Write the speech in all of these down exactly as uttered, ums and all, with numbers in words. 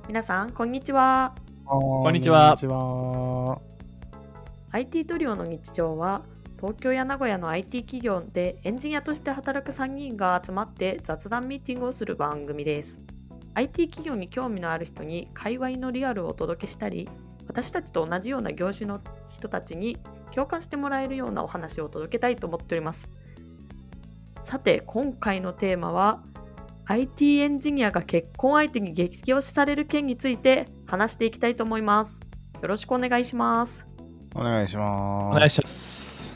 皆さんこんにちは。 こんにちは。 こんにちは。 アイティー トリオの日常は東京や名古屋の アイティー 企業でエンジニアとして働くさんにんが集まって雑談ミーティングをする番組です。 アイティー 企業に興味のある人に界隈のリアルをお届けしたり、私たちと同じような業種の人たちに共感してもらえるようなお話を届けたいと思っております。さて今回のテーマは アイティー エンジニアが結婚相手に激推しされる件について話していきたいと思います。よろしくお願いします。 お願いします。 お願いします。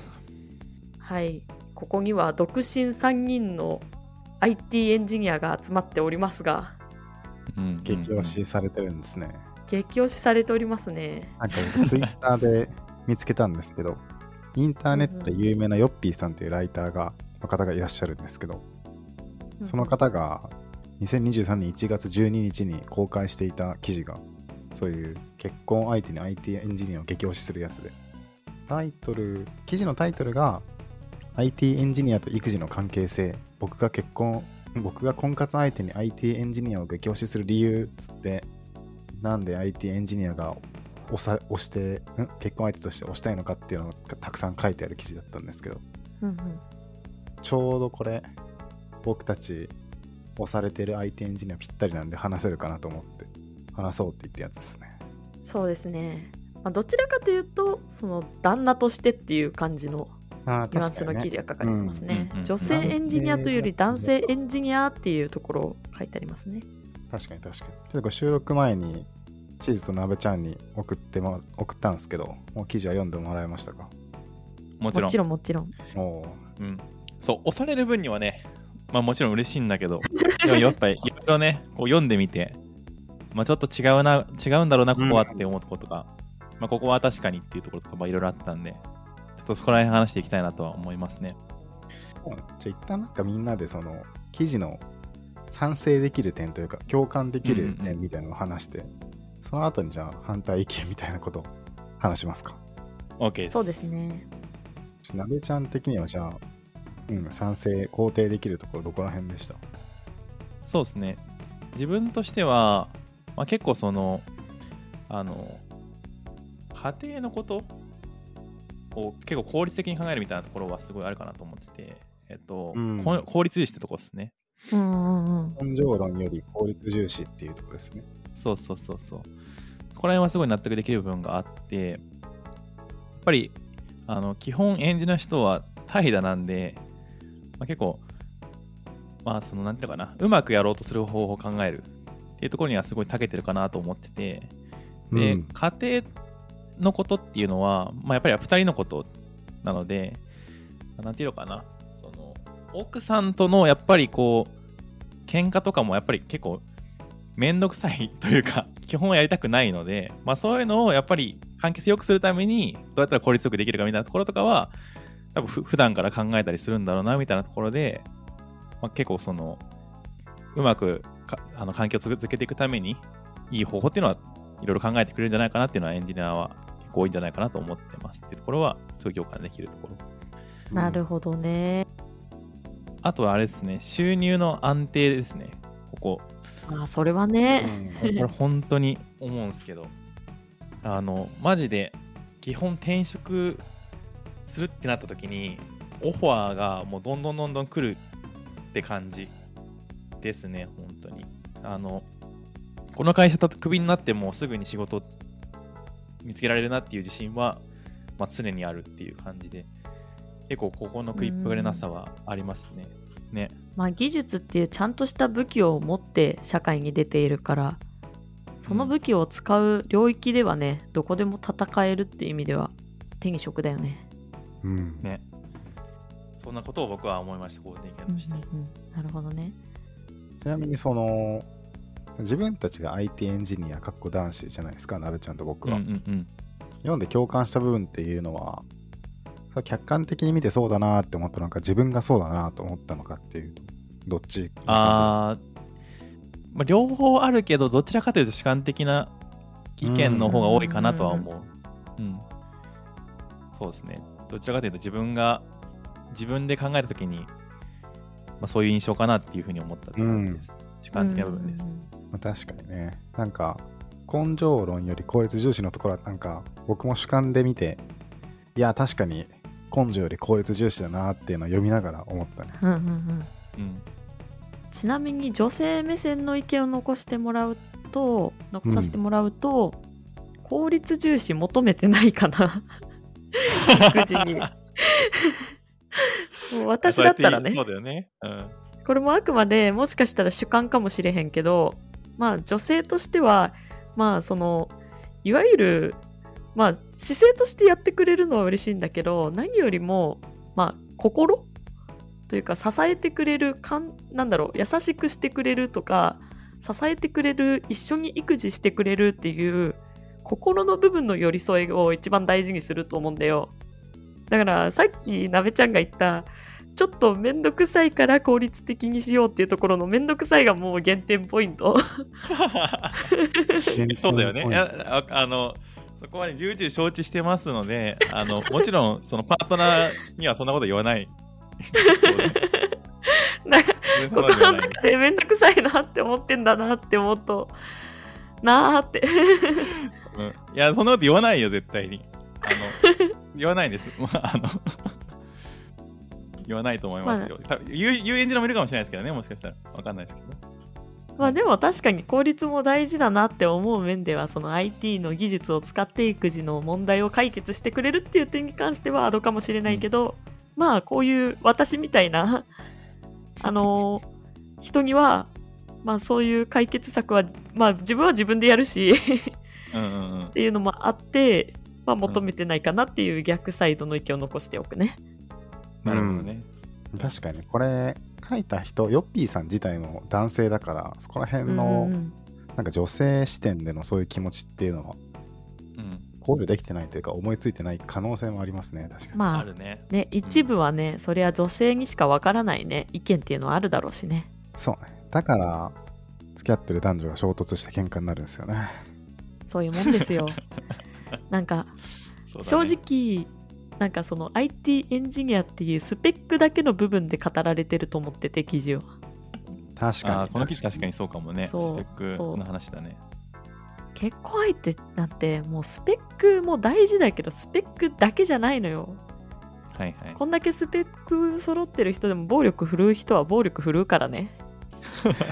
はい、ここには独身さんにんの アイティー エンジニアが集まっておりますが、 うん、 激推しされてるんですね。 激推しされておりますね。 なんかツイッターで見つけたんですけど、インターネットで有名なヨッピーさんというライターがの方がいらっしゃるんですけど、その方がにせんにじゅうさんねんいちがつじゅうににちに公開していた記事が、そういう結婚相手に アイティー エンジニアを激推しするやつで、タイトル、記事のタイトルが アイティー エンジニアと育児の関係性、僕が結婚、僕が婚活相手に アイティー エンジニアを激推しする理由つって、なんで アイティー エンジニアが押さ押してん結婚相手として推したいのかっていうのがたくさん書いてある記事だったんですけど、 うんうん、 ちょうどこれ僕たち押されてる アイティー エンジニアぴったりなんで話せるかなと思って話そうって言ったやつですね。 そうですね、まあ、どちらかというとその旦那としてっていう感じのニュアンスの記事が書かれてますね。女性エンジニアというより男性エンジニアっていうところを書いてありますね。 確かに確かに。ちょっとこれ収録前にチーズとなべちゃんに送っても送ったんですけど、もう記事は読んでもらえましたか？ もちろんもちろんもちろん。 おうん、そう押される分にはね、まあもちろん嬉しいんだけど、でもやっぱりいろいろねこう読んでみて、まあちょっと違うな違うんだろうなここはって思うところとか、うん、まあここは確かにっていうところとかまあいろいろあったんで、ちょっとそこら辺話していきたいなとは思いますね。 じゃあ一旦なんかみんなでその記事の賛成できる点というか共感できる点みたいなのを話して、うんうん、その後にじゃあ反対意見みたいなことを話しますか。 OK です。 そうですね。 なべちゃん的にはじゃあ、うん、賛成肯定できるところどこら辺でした？ そうですね、自分としては、まあ、結構そのあの家庭のことを結構効率的に考えるみたいなところはすごいあるかなと思ってて、えっと、うん、効率重視ってとこですね。 うんうんうん、 根性論より効率重視っていうところですね。 そうそうそうそう。そこら辺はすごい納得できる部分があって、やっぱりあの基本演じの人は怠惰なんで、まあ、結構まあそのなんていうのかな、うまくやろうとする方法を考えるっていうところにはすごい長けてるかなと思ってて、で、うん、家庭のことっていうのは、まあ、やっぱりふたりのことなので、なんていうのかな、その奥さんとのやっぱりこう喧嘩とかもやっぱり結構めんどくさいというか基本はやりたくないので、まあ、そういうのをやっぱり関係性良くするためにどうやったら効率よくできるかみたいなところとかは多分ふ普段から考えたりするんだろうなみたいなところで、まあ、結構そのうまくかあの関係を続けていくためにいい方法っていうのはいろいろ考えてくれるんじゃないかなっていうのはエンジニアは結構多いんじゃないかなと思ってますっていうところはすごい共感できるところ、 うん、なるほどね。 あとはあれですね、収入の安定ですね。ここあ、それはね、 うん、これ本当に思うんですけど、あのマジで基本転職するってなった時にオファーがもうどんどんどんどん来るって感じですね。本当にあのこの会社とクビになってもすぐに仕事見つけられるなっていう自信は、まあ、常にあるっていう感じで、結構ここの食いっぱぐれなさはありますね。ね、 まあ、技術っていうちゃんとした武器を持って社会に出ているから、その武器を使う領域ではね、うん、どこでも戦えるっていう意味では手に職だよね。 うん、 ね、そんなことを僕は思いました。こう意見として、うんうんうん、なるほどね。 ちなみにその自分たちが アイティー エンジニアかっこ男子じゃないですか、なべちゃんと僕は、うんうんうん、読んで共感した部分っていうのは客観的に見てそうだなって思ったのか、自分がそうだなと思ったのかっていうとどっち？ あ、まあ両方あるけど、どちらかというと主観的な意見の方が多いかなとは思う。うん、うん、そうですね。どちらかというと自分が自分で考えたときに、まあ、そういう印象かなっていうふうに思ったところです、うん、主観的な部分です。 まあ、確かにね。なんか根性論より効率重視のところはなんか僕も主観で見て、いや確かに根性より効率重視だなっていうのを読みながら思ったね。 うんうんうん。 うんちなみに女性目線の意見を残してもらうと残させてもらうと、うん、効率重視求めてないかな育児にもう私だったらね、 そうだよね、うん、 これもあくまでもしかしたら主観かもしれへんけど、まあ女性としてはまあそのいわゆるまあ姿勢としてやってくれるのは嬉しいんだけど、何よりもまあ心というか支えてくれるかんなんだろう優しくしてくれるとか支えてくれる、一緒に育児してくれるっていう心の部分の寄り添いを一番大事にすると思うんだよ。だからさっきなべちゃんが言ったちょっとめんどくさいから効率的にしようっていうところのめんどくさいがもう減点ポイントそうだよね。いや、あのそこはね重々承知してますので、あのもちろんそのパートナーにはそんなこと言わないなんか心の中でめんどくさいなって思ってんだなって思うとなーって、 うん、いやそんなこと言わないよ絶対に。あの言わないです。あの言わないと思いますよ。まあ、言う演じのもいるかもしれないですけどね、もしかしたら分かんないですけど。 まあでも確かに効率も大事だなって思う面では、その アイティー の技術を使って育児の問題を解決してくれるっていう点に関してはアドかもしれないけど、うん、まあこういう私みたいなあのー、人にはまあそういう解決策はまあ自分は自分でやるしうんうん、うん、っていうのもあって、まあ、求めてないかなっていう逆サイドの意見を残しておくね。 なるほどね、 うん、確かにこれ書いた人ヨッピーさん自体も男性だから、そこら辺の、うんうん、なんか女性視点でのそういう気持ちっていうのは、うん、考慮できてないというか思いついてない可能性もありますね。確かに、 まあ、あるね、ね、一部はね、うん、それは女性にしかわからないね意見っていうのはあるだろうしね。 そうね、だから付き合ってる男女が衝突して喧嘩になるんですよね。 そういうもんですよなんか、ね、正直なんかその アイティー エンジニアっていうスペックだけの部分で語られてると思ってて、記事は。 確かにこの記事確かにそうかもね。スペックの話だね。 結婚相手なんてもうスペックも大事だけどスペックだけじゃないのよ。 はいはい。 こんだけスペック揃ってる人でも暴力振るう人は暴力振るうからね。 確か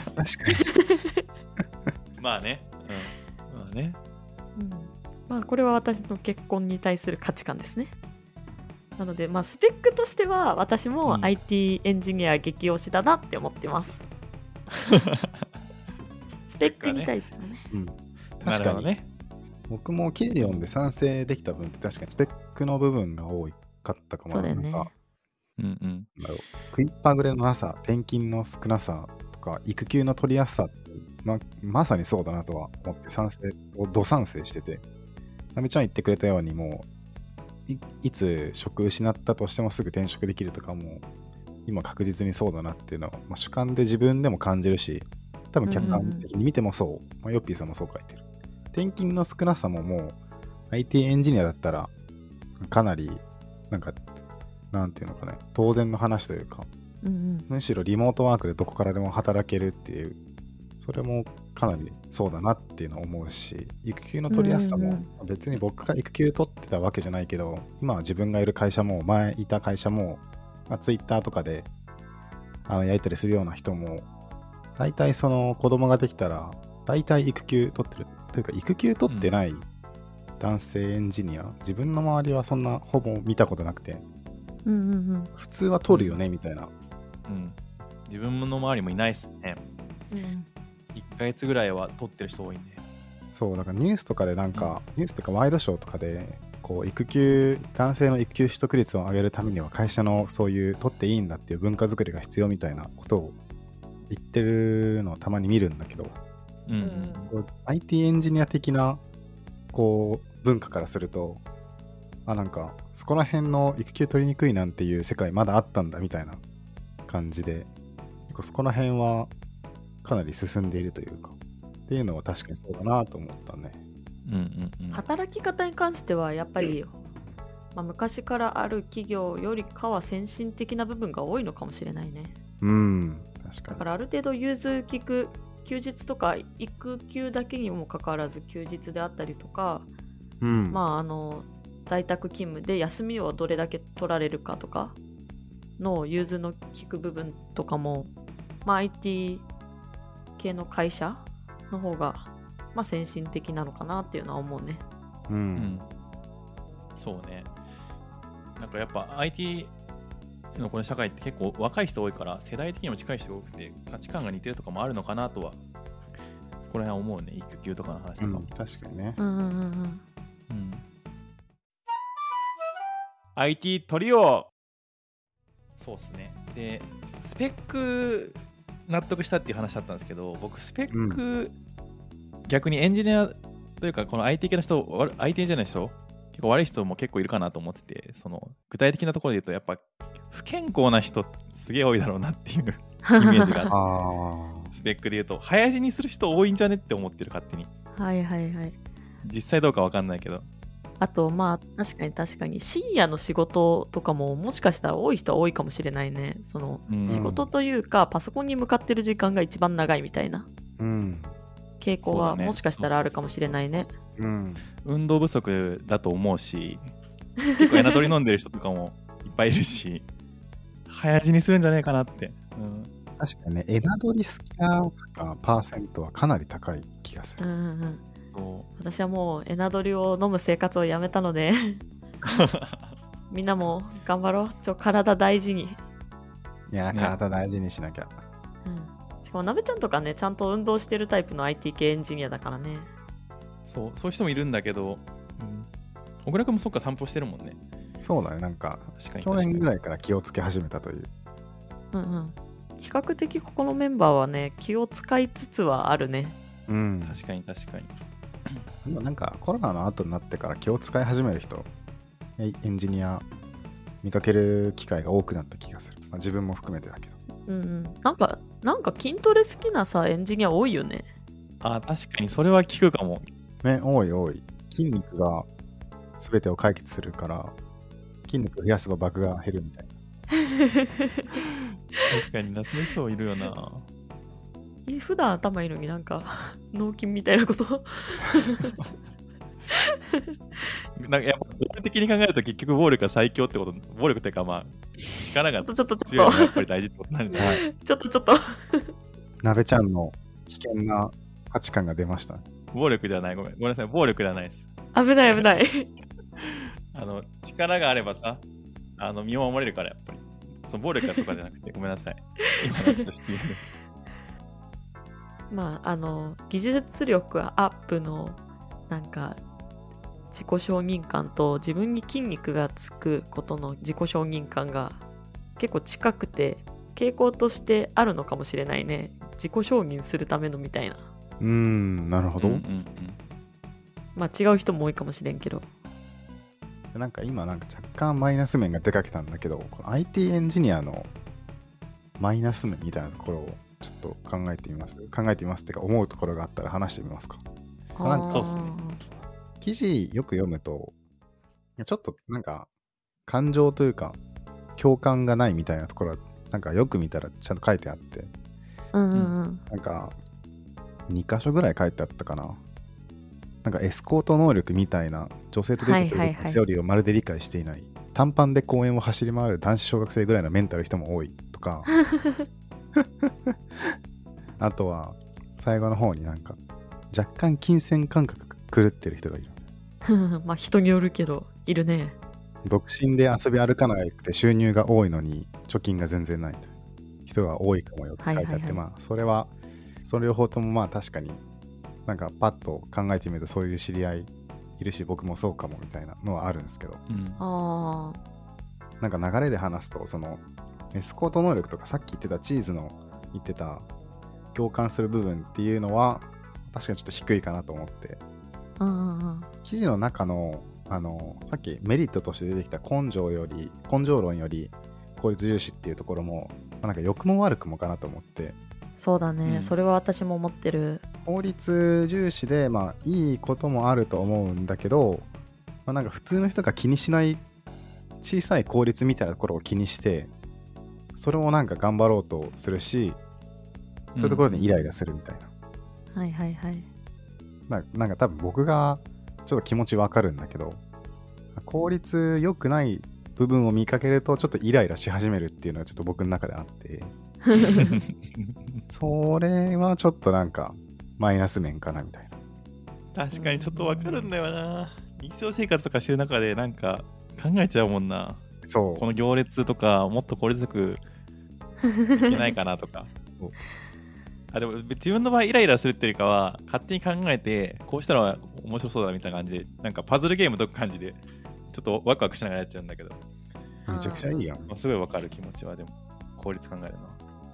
にまあね、うん、まあね、 うん、まあこれは私の結婚に対する価値観ですね。なのでまあスペックとしては私も アイティー エンジニア激推しだなって思ってます、うん、スペックに対してはね、 うん、確かにね。僕も記事読んで賛成できた分って確かにスペックの部分が多かったかも。 そうだよね。 なんか、 うんうん、 だろう、食いっぱぐれのなさ、転勤の少なさとか育休の取りやすさって、ま、まさにそうだなとは思って賛成をど賛成してて、なべちゃん言ってくれたようにもう い, いつ職失ったとしてもすぐ転職できるとかも今確実にそうだなっていうのは、まあ、主観で自分でも感じるし、多分客観的に見てもそう、うんうん、まあ、ヨッピーさんもそう書いてる。転勤の少なさももう アイティー エンジニアだったらかなりなんかなんていうのかね、当然の話というか、うんうん、むしろリモートワークでどこからでも働けるっていう、それもかなりそうだなっていうのを思うし、育休の取りやすさも別に僕が育休取ってたわけじゃないけど、今は自分がいる会社も前いた会社も、まあ、ツイッターとかであのやりたりするような人も大体その子供ができたら大体育休取ってるというか、育休取ってない男性エンジニア、うん、自分の周りはそんなほぼ見たことなくて、うんうんうん、普通は取るよね、うん、みたいな、 うん、自分の周りもいないっすね、うん、いっかげつぐらいは取ってる人多いんで。 そうだからニュースとかでなんか、うん、ニュースとかワイドショーとかでこう育休男性の育休取得率を上げるためには会社のそういう取っていいんだっていう文化づくりが必要みたいなことを言ってるのをたまに見るんだけど、うんうん、こう アイティー エンジニア的なこう文化からすると、あ、なんかそこら辺の育休取りにくいなんていう世界まだあったんだみたいな感じで、結構そこら辺はかなり進んでいるというかっていうのは確かにそうだなと思ったね。 うんうんうん、働き方に関してはやっぱり、まあ、昔からある企業よりかは先進的な部分が多いのかもしれないね。 うん、確かに。 だからある程度融通きく休日とか育休だけにもかかわらず休日であったりとか、 うん。 まああの在宅勤務で休みをどれだけ取られるかとかの融通の利く部分とかも、まあ、アイティー 系の会社の方が、まあ、先進的なのかなっていうのは思うね。 う。 うんん、そうね。なんかやっぱ アイティー のこの社会って結構若い人多いから、世代的にも近い人が多くて、価値観が似てるとかもあるのかなとは、そこら辺は思うね。育休とかの話とかも。 うん、確かにね。 うんうんうんうん。 うん、アイティー トリオ。そうっすね。で、スペック納得したっていう話だったんですけど、僕スペック、逆にエンジニアというかこの アイティー 系の人、悪 アイティー じゃない人、結構悪い人も結構いるかなと思ってて、その具体的なところで言うとやっぱ不健康な人すげえ多いだろうなっていうイメージがあってああ。 スペックで言うと早死にする人多いんじゃねって思ってる、勝手に。 はいはいはい。 実際どうか分かんないけど。 あとまあ確かに確かに深夜の仕事とかももしかしたら多い人は多いかもしれないね。そのうん仕事というかパソコンに向かってる時間が一番長いみたいなうん。 傾向はそうだねもしかしたらあるかもしれないね。 うん。 運動不足だと思うし、結構エナドリ飲んでる人とかもいっぱいいるし、早死にするんじゃねえかなって。うん、 確かにね、エナドリ好きなパーセントはかなり高い気がする。 うんうんうんそ私はもうエナドリを飲む生活をやめたのでみんなも頑張ろう。ちょ体大事に、 いやー、 ね体大事にしなきゃ。 うん、しかもなべちゃんとかねちゃんと運動してるタイプの アイティー 系エンジニアだからね。 そうそういう人もいるんだけど、うん、小倉君もそっか散歩してるもんね。 そうだね、なんか、去確かに確かに年ぐらいから気をつけ始めたという。 うんうん比較的ここのメンバーはね気を使いつつはあるね。 うん。 確かに確かに。 でもなんかコロナの後になってから気を使い始める人、エエンジニア見かける機会が多くなった気がする。まあ、自分も含めてだけど。 うんうんなんかなんか筋トレ好きなさエンジニア多いよね。 あ、確かにそれは聞くかも。 ね、多い多い。筋肉が全てを解決するから、筋肉増やせばバグが減るみたいな。 確かにな、そういう人いるよな。 普段頭いいのになんか脳筋みたいなことなんかやっぱ合理的に考えると結局暴力が最強ってこと、暴力っていうかまあ力がちょっとちょっとち強いょっのがやっぱり大事ってことなんで、 はい。 とちょっとちょっとなべちゃんの危険な価値観が出ました。 暴力じゃない、ごめんごめんなさい、暴力じゃないです。 危ない危ないあの力があればさ、あの身を守れるからやっぱり。その暴力とかじゃなくてごめんなさい。今のちょっと失礼です。 まああの技術力アップのなんか自己承認感と自分に筋肉がつくことの自己承認感が結構近くて傾向としてあるのかもしれないね。自己承認するためのみたいな。 うーん、なるほど。 うんうんうん、 まあ違う人も多いかもしれんけど。 なんか今なんか若干マイナス面が出かけたんだけど、この アイティー エンジニアのマイナス面みたいなところをちょっと考えてみます。考えてみますっていうか思うところがあったら話してみますか。なんかそうっすね記事よく読むと、ちょっとなんか感情というか共感がないみたいなところはなんかよく見たらちゃんと書いてあって、 うんうんうんなんかに箇所ぐらい書いてあったかな。なんかエスコート能力みたいな女性とデートするはいはいはいセオリーをまるで理解していない、短パンで公園を走り回る男子小学生ぐらいのメンタル人も多いとかあとは最後の方になんか若干金銭感覚狂ってる人がいる。 まあ人によるけどいるね。 独身で遊び歩かなくて収入が多いのに貯金が全然ないみたいな人が多いかもよって書いてあって、 はいはいはい、 まあそれはその両方ともまあ確かになんかパッと考えてみるとそういう知り合いいるし僕もそうかもみたいなのはあるんですけど、 うん、 あなんか流れで話すとそのエスコート能力とかさっき言ってたチーズの言ってた共感する部分っていうのは確かにちょっと低いかなと思って、 うんうんうん、 記事の中のあのさっきメリットとして出てきた根性より根性論より効率重視っていうところも、まあ、なんか良くも悪くもかなと思って、 そうだね、 うん、 それは私も思ってる。 効率重視でまあいいこともあると思うんだけど、まあ、なんか普通の人が気にしない小さい効率みたいなところを気にしてそれをなんか頑張ろうとするし、そういうところでイライラするみたいな、 はいはいはい。 ななんか多分僕がちょっと気持ちわかるんだけど、効率良くない部分を見かけるとちょっとイライラし始めるっていうのがちょっと僕の中であってそれはちょっとなんかマイナス面かなみたいな。 確かにちょっとわかるんだよな。日常生活とかしてる中でなんか考えちゃうもんな。 そうこの行列とかもっと効率よくいけないかなとかあ、でも自分の場合イライラするっていうよりかは勝手に考えてこうしたら面白そうだみたいな感じで、なんかパズルゲームとか感じでちょっとワクワクしながらやっちゃうんだけど、 めちゃくちゃいいやん。 まあ、すごいわかる気持ちは。でも効率考えるな。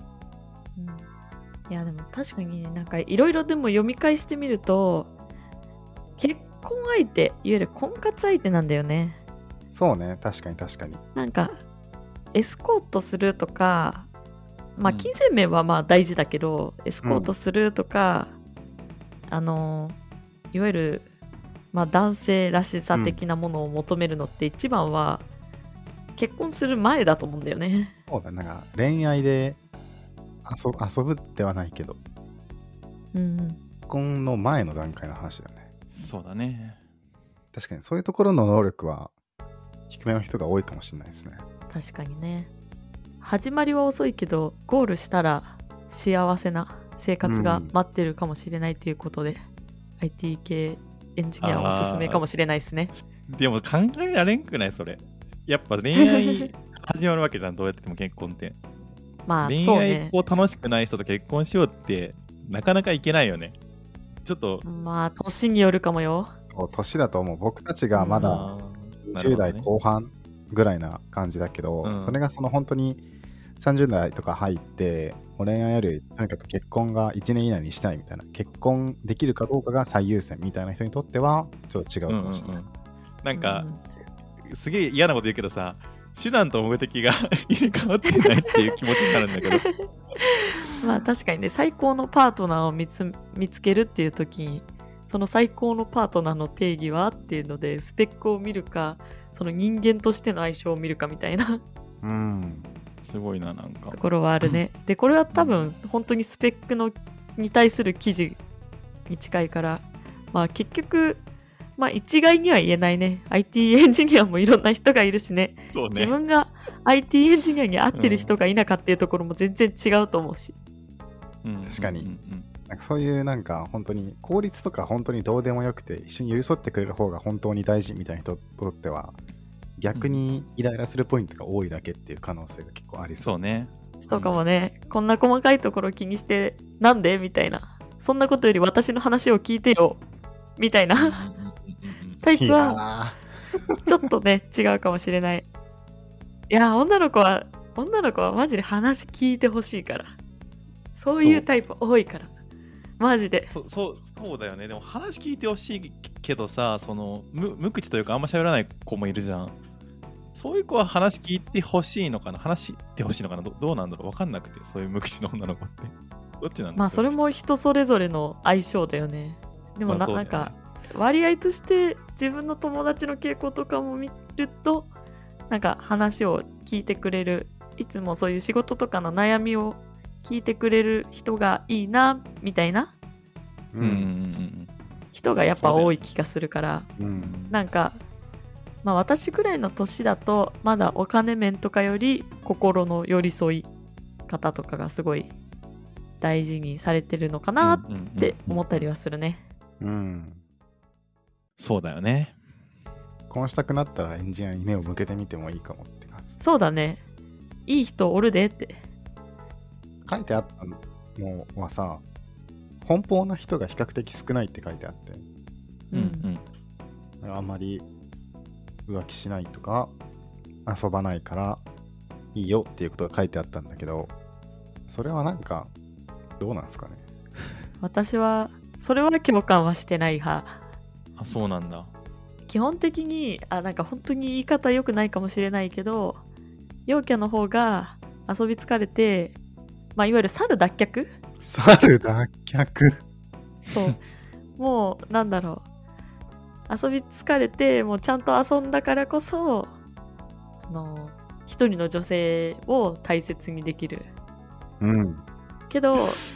うん、いやでも確かにね、なんかいろいろでも読み返してみると結婚相手、いわゆる婚活相手なんだよね。 そうね、確かに確かに。 なんかエスコートするとか、まあうん金銭面はまあ大事だけど、エスコートするとか、あのいわゆるまあ男性らしさ的なものを求めるのって一番は結婚する前だと思うんだよね。 そうだ、なんか恋愛で遊遊ぶではないけど、 うん結婚の前の段階の話だよね。 そうだね。 確かにそういうところの能力は低めの人が多いかもしれないですね。 確かにね。始まりは遅いけどゴールしたら幸せな生活が待ってるかもしれないということで、うん、アイティー 系エンジニアはおすすめかもしれないですね。 でも考えられんくないそれ。やっぱ恋愛始まるわけじゃんどうやっても結婚って。まあ恋愛を楽しくない人と結婚しようってなかなかいけないよね。ちょっとまあ年によるかもよ。 年だと思う。僕たちがまだじゅう代後半ぐらいな感じだけど、うん、それがその本当にさんじゅう代とか入って恋愛よりとにかく結婚がいちねん以内にしたいみたいな、結婚できるかどうかが最優先みたいな人にとってはちょっと違うかもしれない、うんうんうん、 なんか、うん、すげえ嫌なこと言うけどさ、手段と目的が入れ替わってないっていう気持ちになるんだけどまあ確かにね、最高のパートナーを見つ、見つけるっていう時にその最高のパートナーの定義はっていうのでスペックを見るか、その人間としての相性を見るかみたいなうんすごいな、なんかところはあるね。でこれは多分本当にスペックのに対する記事に近いから、まあ結局まあ一概には言えないね。 アイティー エンジニアもいろんな人がいるし ね, そうね、 自分が アイティー エンジニアに合ってる人がいなかっていうところも全然違うと思うし、 うん、 確かに、 うんうん、 なんかそういうなんか本当に効率とか本当にどうでもよくて一緒に寄り添ってくれる方が本当に大事みたいな人にとっては逆にイライラするポイントが多いだけっていう可能性が結構ありそう。 そうね。 そうかもね、うん、こんな細かいところ気にしてなんでみたいな、そんなことより私の話を聞いてよみたいなタイプはちょっとね違うかもしれない。いや女の子は女の子はマジで話聞いてほしいから、そういうタイプ多いからマジで。 そそうそうだよね。でも話聞いてほしいけどさ、その 無, 無口というかあんま喋らない子もいるじゃん。そういう子は話聞いてほしいのかな、話してほしいのかな、 ど, どうなんだろう、分かんなくて、そういう無口の女の子ってどっちなんだ。 まあそれも人それぞれの相性だよね。でも な,、まあね、なんか割合として自分の友達の傾向とかも見ると、なんか話を聞いてくれる、いつもそういう仕事とかの悩みを聞いてくれる人がいいなみたいな、 うんうんうん、 人がやっぱ多い気がするから、うん、なんか、まあ、私ぐらいの年だとまだお金面とかより心の寄り添い方とかがすごい大事にされてるのかなって思ったりはするね。 うん、うんうん、 そうだよね。 結婚したくなったらエンジニアに目を向けてみてもいいかもって感じ。 そうだね、いい人おるでって書いてあったのはさ、奔放な人が比較的少ないって書いてあって、 うんうん、あんまり浮気しないとか遊ばないからいいよっていうことが書いてあったんだけど、それはなんかどうなんですかね。 私はそれは共感はしてない派。 あ、そうなんだ。 基本的にあなんか本当に言い方良くないかもしれないけど、陽キャの方が遊び疲れて、まあ、いわゆる猿脱却猿脱却そうもうなんだろう、遊び疲れてもうちゃんと遊んだからこそ、あの一人の女性を大切にできる、 うん、 けど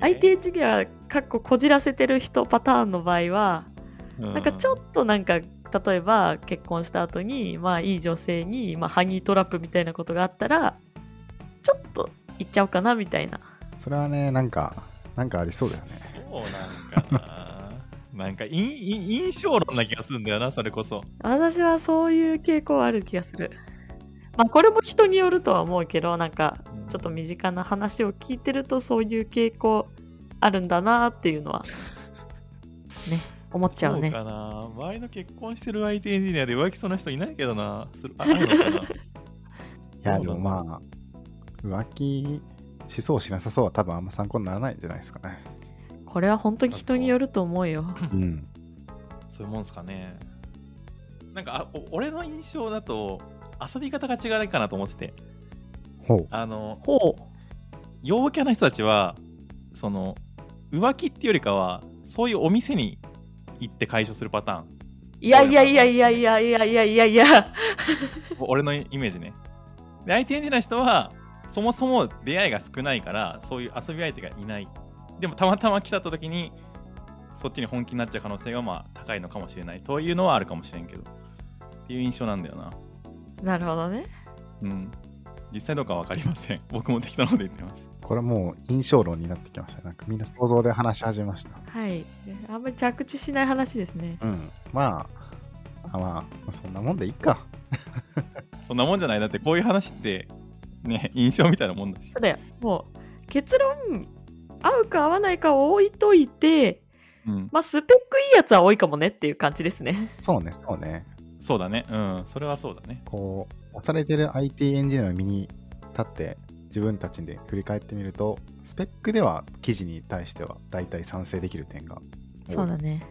アイティー エンジニアかっここじらせてる人パターンの場合は、 うん、 なんかちょっとなんか例えば結婚した後にまあいい女性に、まあ、ハニートラップみたいなことがあったらちょっと行っちゃおうかなみたいな。 それはね、なんかなんかありそうだよね。 そうなんかななんか印象論な気がするんだよな、それこそ。 私はそういう傾向ある気がする。まあこれも人によるとは思うけど、なんかちょっと身近な話を聞いてるとそういう傾向あるんだなっていうのはね、思っちゃうね。 そうかな。周りの結婚してる アイティー エンジニアで浮気そうな人いないけどな。あるのかな。いやでもまあ浮気しそうしなさそうは多分あんま参考にならないんじゃないですかね。 これは本当に人によると思うよ。 うん。 そういうもんですかね。なんかあ俺の印象だと遊び方が違うかなと思ってて。 ほう。 あのほう。 陽キャな人たちはその浮気っていうよりかはそういうお店に行って解消するパターン。 いやいやいやいやいやいやいやいやいや。 俺のイメージね。で アイティー エンジニアの人はそもそも出会いが少ないからそういう遊び相手がいない。でもたまたま来ちゃった時にそっちに本気になっちゃう可能性がまあ高いのかもしれないというのはあるかもしれんけどっていう印象なんだよな。 なるほどね。 うん。実際どうかは分かりません。僕も適当なこと言ってます。 これはもう印象論になってきました。なんかみんな想像で話し始めました。 はい。あんまり着地しない話ですね。 うん。まあ、まあ、そんなもんでいいか。 そんなもんじゃない。だってこういう話ってね、印象みたいなもんだし。 そうだよ。もう結論合うか合わないかを置いといて、うん、まあスペックいいやつは多いかもねっていう感じですね。 そうね、そうね。 そうだね。うん。それはそうだね。 こう、押されてる アイティー エンジニアの身に立って自分たちで振り返ってみると、スペックでは記事に対しては大体賛成できる点が多い。 そうだね。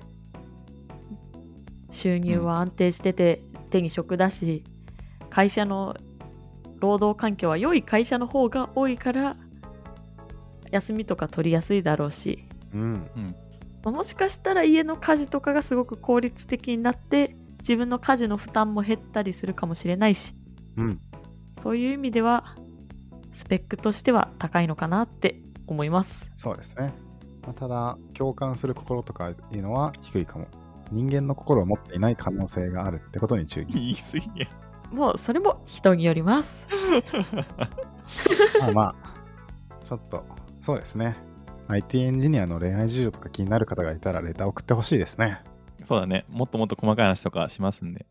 収入は安定してて、うん、手に職だし、会社の労働環境は良い会社の方が多いから休みとか取りやすいだろうし、 うんまあ、もしかしたら家の家事とかがすごく効率的になって自分の家事の負担も減ったりするかもしれないし、 うん、 そういう意味ではスペックとしては高いのかなって思います。 そうですね、まあ、ただ共感する心とかいうのは低いかも。人間の心を持っていない可能性があるってことに注意。 言い過ぎや。 もうそれも人によりますまあまあちょっとそうですね、 アイティー エンジニアの恋愛事情とか気になる方がいたらレター送ってほしいですね。 そうだね、もっともっと細かい話とかしますんで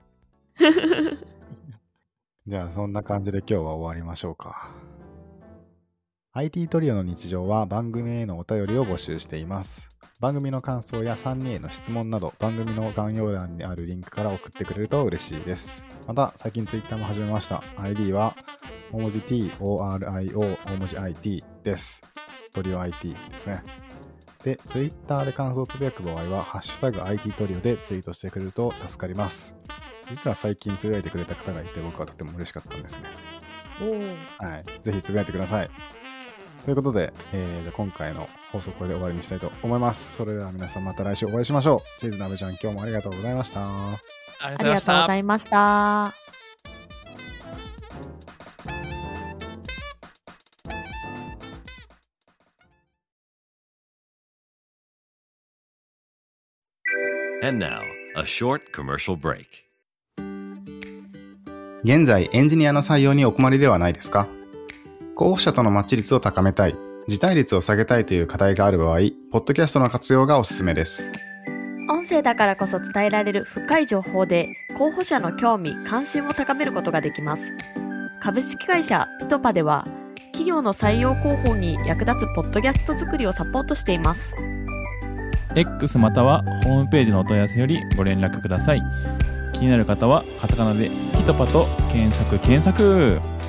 じゃあそんな感じで今日は終わりましょうか。 アイティー トリオの日常は番組へのお便りを募集しています。番組の感想やさんにんへの質問など番組の概要欄にあるリンクから送ってくれると嬉しいです。また最近ツイッターも始めました。 アイディー は大文字 T、オーアールアイオー、大文字 アイティー です。トリオ アイティー ですね。で、ツイッターで感想をつぶやく場合はハッシュタグ アイティー トリオでツイートしてくれると助かります。実は最近つぶやいてくれた方がいて僕はとても嬉しかったんですね。 おはい、ぜひつぶやいてください。ということで、えー、じゃ今回の放送これで終わりにしたいと思います。それでは皆さんまた来週お会いしましょう。チーズなべちゃん、今日もありがとうございました。 ありがとうございました。 And now, a short commercial break. 現在エンジニアの採用にお困りではないですか？候補者とのマッチ率を高めたい、辞退率を下げたいという課題がある場合、ポッドキャストの活用がおすすめです。 音声だからこそ伝えられる深い情報で候補者の興味・関心を高めることができます。株式会社ピトパでは企業の採用広報に役立つポッドキャスト作りをサポートしています。 X またはホームページのお問い合わせよりご連絡ください。気になる方はカタカナでピトパと検索検索